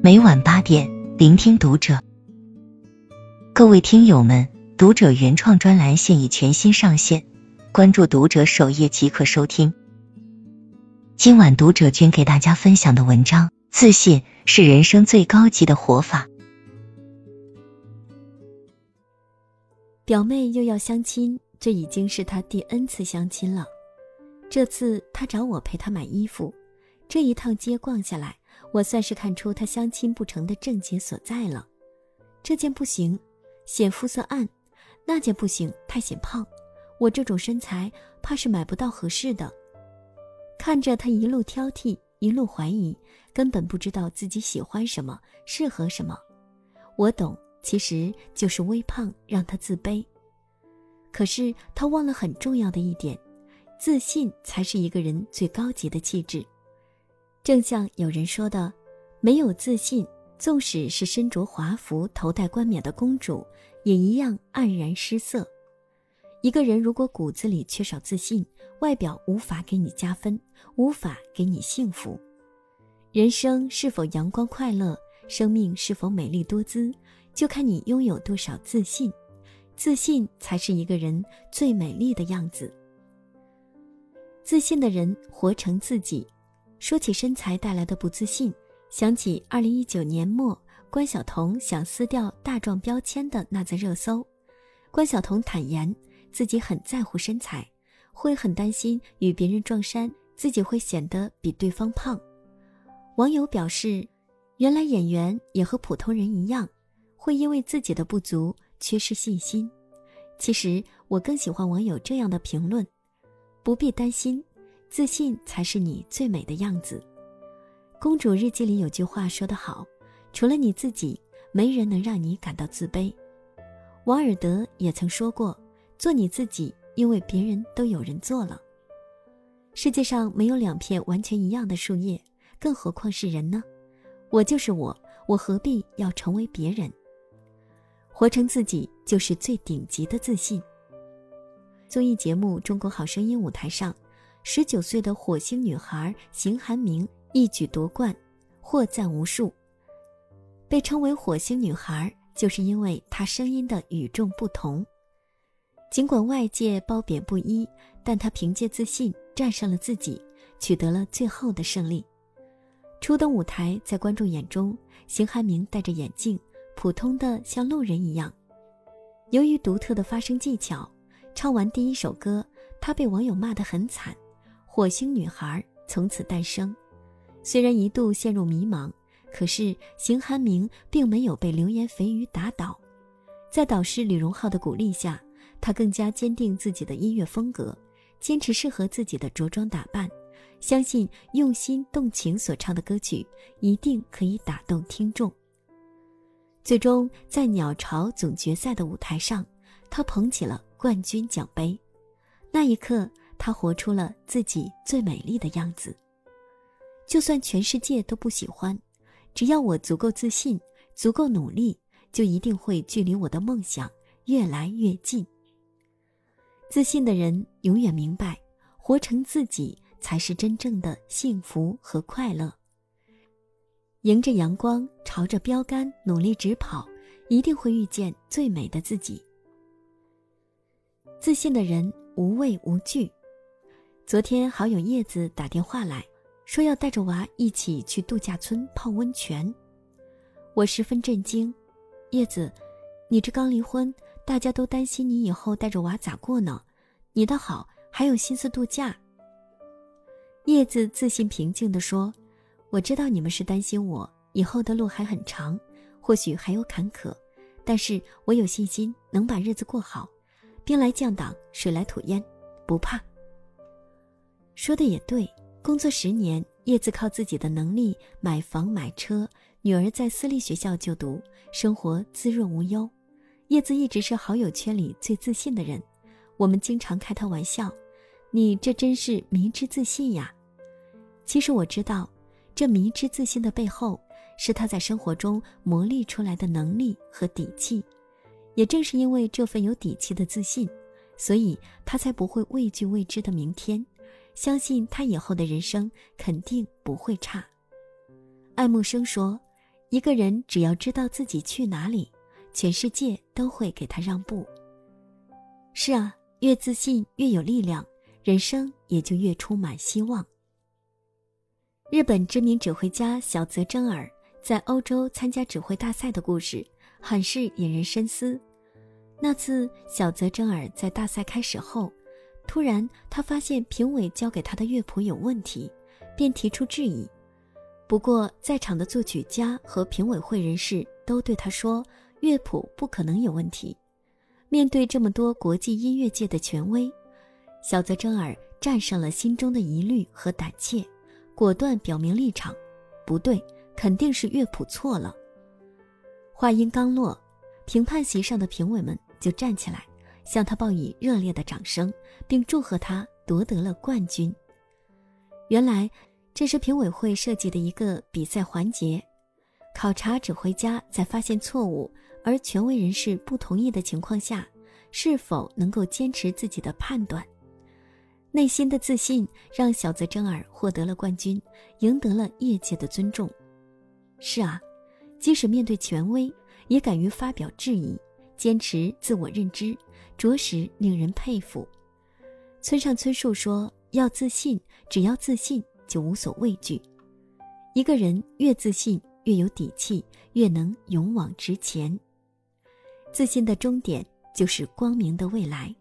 每晚8点，聆听读者。各位听友们，读者原创专栏现已全新上线，关注读者首页即可收听。今晚读者君给大家分享的文章，自信是人生最高级的活法。 表妹又要相亲，这已经是她第 N 次相亲了。这次她找我陪她买衣服，这一趟街逛下来，我算是看出她相亲不成的症结所在了。这件不行，显肤色暗；那件不行，太显胖。我这种身材，怕是买不到合适的。看着她一路挑剔，一路怀疑，根本不知道自己喜欢什么，适合什么。我懂，其实就是微胖让她自卑。可是她忘了很重要的一点，自信才是一个人最高级的气质。正像有人说的，没有自信，纵使是身着华服头戴冠冕的公主，也一样黯然失色。一个人如果骨子里缺少自信，外表无法给你加分，无法给你幸福。人生是否阳光快乐，生命是否美丽多姿，就看你拥有多少自信。自信才是一个人最美丽的样子。自信的人活成自己。说起身材带来的不自信，想起2019年末关晓彤想撕掉大壮标签的那则热搜。关晓彤坦言自己很在乎身材，会很担心与别人撞衫，自己会显得比对方胖。网友表示，原来演员也和普通人一样，会因为自己的不足缺失信心。其实我更喜欢网友这样的评论，不必担心，自信才是你最美的样子。公主日记里有句话说得好，除了你自己，没人能让你感到自卑。王尔德也曾说过，做你自己，因为别人都有人做了。世界上没有两片完全一样的树叶，更何况是人呢？我就是我，我何必要成为别人？活成自己就是最顶级的自信。综艺节目《中国好声音》舞台上，19岁的火星女孩邢涵明一举夺冠，获赞无数。被称为火星女孩，就是因为她声音的与众不同。尽管外界褒贬不一，但她凭借自信战胜了自己，取得了最后的胜利。初登舞台，在观众眼中，邢涵明戴着眼镜，普通的像路人一样。由于独特的发声技巧，唱完第一首歌，她被网友骂得很惨，火星女孩从此诞生。虽然一度陷入迷茫，可是邢涵明并没有被流言蜚语打倒。在导师吕荣浩的鼓励下，她更加坚定自己的音乐风格，坚持适合自己的着装打扮，相信用心动情所唱的歌曲一定可以打动听众。最终在鸟巢总决赛的舞台上，她捧起了冠军奖杯。那一刻，她活出了自己最美丽的样子。就算全世界都不喜欢，只要我足够自信，足够努力，就一定会距离我的梦想越来越近。自信的人永远明白，活成自己才是真正的幸福和快乐。迎着阳光，朝着标杆努力直跑，一定会遇见最美的自己。自信的人无畏无惧。昨天好友叶子打电话来，说要带着娃一起去度假村泡温泉。我十分震惊，叶子，你这刚离婚，大家都担心你以后带着娃咋过呢？你倒好，还有心思度假。叶子自信平静地说，我知道你们是担心我，以后的路还很长，或许还有坎坷，但是我有信心能把日子过好，兵来将挡，水来土掩，不怕。说的也对，工作10年，叶子靠自己的能力买房买车，女儿在私立学校就读，生活滋润无忧。叶子一直是好友圈里最自信的人，我们经常开他玩笑，你这真是迷之自信呀。其实我知道，这迷之自信的背后，是他在生活中磨砺出来的能力和底气。也正是因为这份有底气的自信，所以他才不会畏惧未知的明天，相信他以后的人生肯定不会差。爱默生说， 一个人只要知道自己去哪里，全世界都会给他让步。是啊，越自信越有力量，人生也就越充满希望。日本知名指挥家小泽征尔在欧洲参加指挥大赛的故事很是引人深思。那次小泽征尔在大赛开始后，突然他发现评委交给他的乐谱有问题，便提出质疑。不过在场的作曲家和评委会人士都对他说，乐谱不可能有问题。面对这么多国际音乐界的权威，小泽征尔战胜了心中的疑虑和胆怯，果断表明立场，不对，肯定是乐谱错了。话音刚落，评判席上的评委们就站起来，向他报以热烈的掌声，并祝贺他夺得了冠军。原来这是评委会设计的一个比赛环节，考察指挥家在发现错误而权威人士不同意的情况下，是否能够坚持自己的判断。内心的自信让小泽征尔获得了冠军，赢得了业界的尊重。是啊，即使面对权威，也敢于发表质疑，坚持自我认知，着实令人佩服。村上春树说，要自信，只要自信就无所畏惧。一个人越自信，越有底气，越能勇往直前。自信的终点就是光明的未来。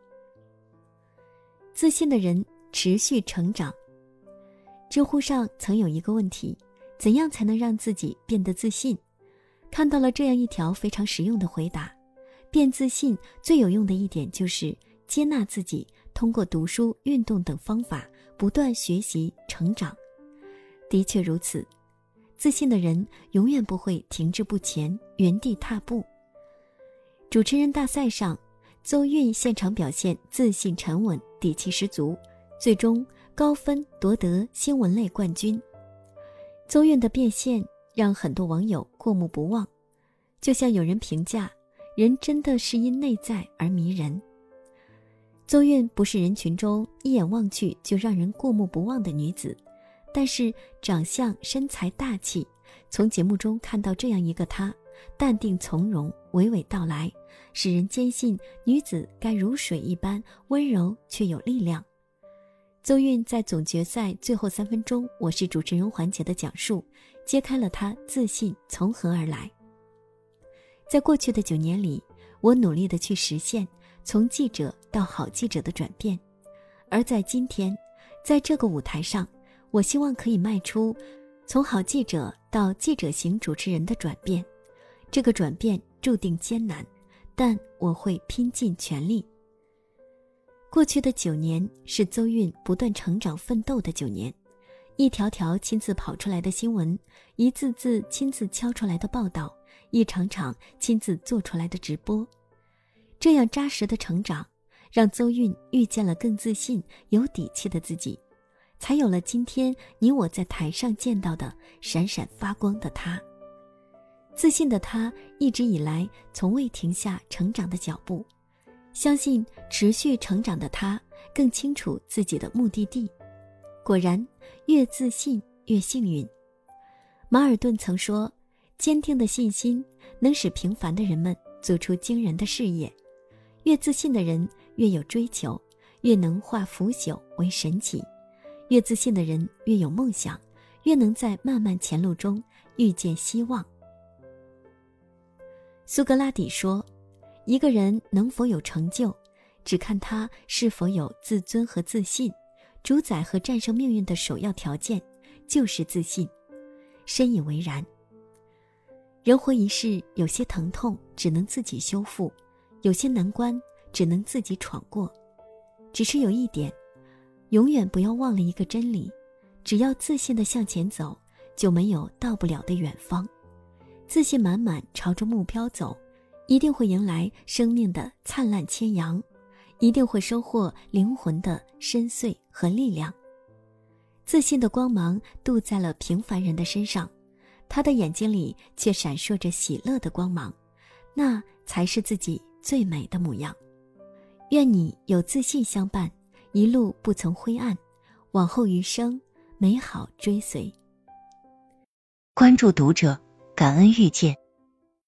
自信的人持续成长。知乎上曾有一个问题，怎样才能让自己变得自信？看到了这样一条非常实用的回答，变自信最有用的一点就是接纳自己，通过读书、运动等方法不断学习成长。的确如此，自信的人永远不会停滞不前，原地踏步。主持人大赛上，邹韵现场表现自信沉稳，底气十足，最终高分夺得新闻类冠军。邹韵的变现让很多网友过目不忘，就像有人评价，人真的是因内在而迷人。邹韵不是人群中一眼望去就让人过目不忘的女子，但是长相身材大气，从节目中看到这样一个她，淡定从容，娓娓道来，使人坚信女子该如水一般温柔却有力量。邹韵在总决赛最后3分钟我是主持人环节的讲述，揭开了她自信从何而来。在过去的9年里，我努力地去实现从记者到好记者的转变，而在今天，在这个舞台上，我希望可以迈出从好记者到记者型主持人的转变。这个转变注定艰难，但我会拼尽全力。过去的9年是邹韵不断成长奋斗的9年，一条条亲自跑出来的新闻，一字字亲自敲出来的报道，一场场亲自做出来的直播。这样扎实的成长，让邹韵遇见了更自信、有底气的自己，才有了今天你我在台上见到的闪闪发光的她。自信的她一直以来从未停下成长的脚步，相信持续成长的她更清楚自己的目的地。果然，越自信越幸运。马尔顿曾说，坚定的信心能使平凡的人们做出惊人的事业。越自信的人越有追求，越能化腐朽为神奇。越自信的人越有梦想，越能在漫漫前路中遇见希望。苏格拉底说，一个人能否有成就，只看他是否有自尊和自信。主宰和战胜命运的首要条件就是自信。深以为然。人活一世，有些疼痛只能自己修复，有些难关只能自己闯过。只是有一点，永远不要忘了一个真理，只要自信地向前走，就没有到不了的远方。自信满满朝着目标走，一定会迎来生命的灿烂千阳，一定会收获灵魂的深邃和力量。自信的光芒镀在了平凡人的身上，他的眼睛里却闪烁着喜乐的光芒，那才是自己最美的模样。愿你有自信相伴，一路不曾灰暗，往后余生美好追随。 关注读者， 感恩遇见，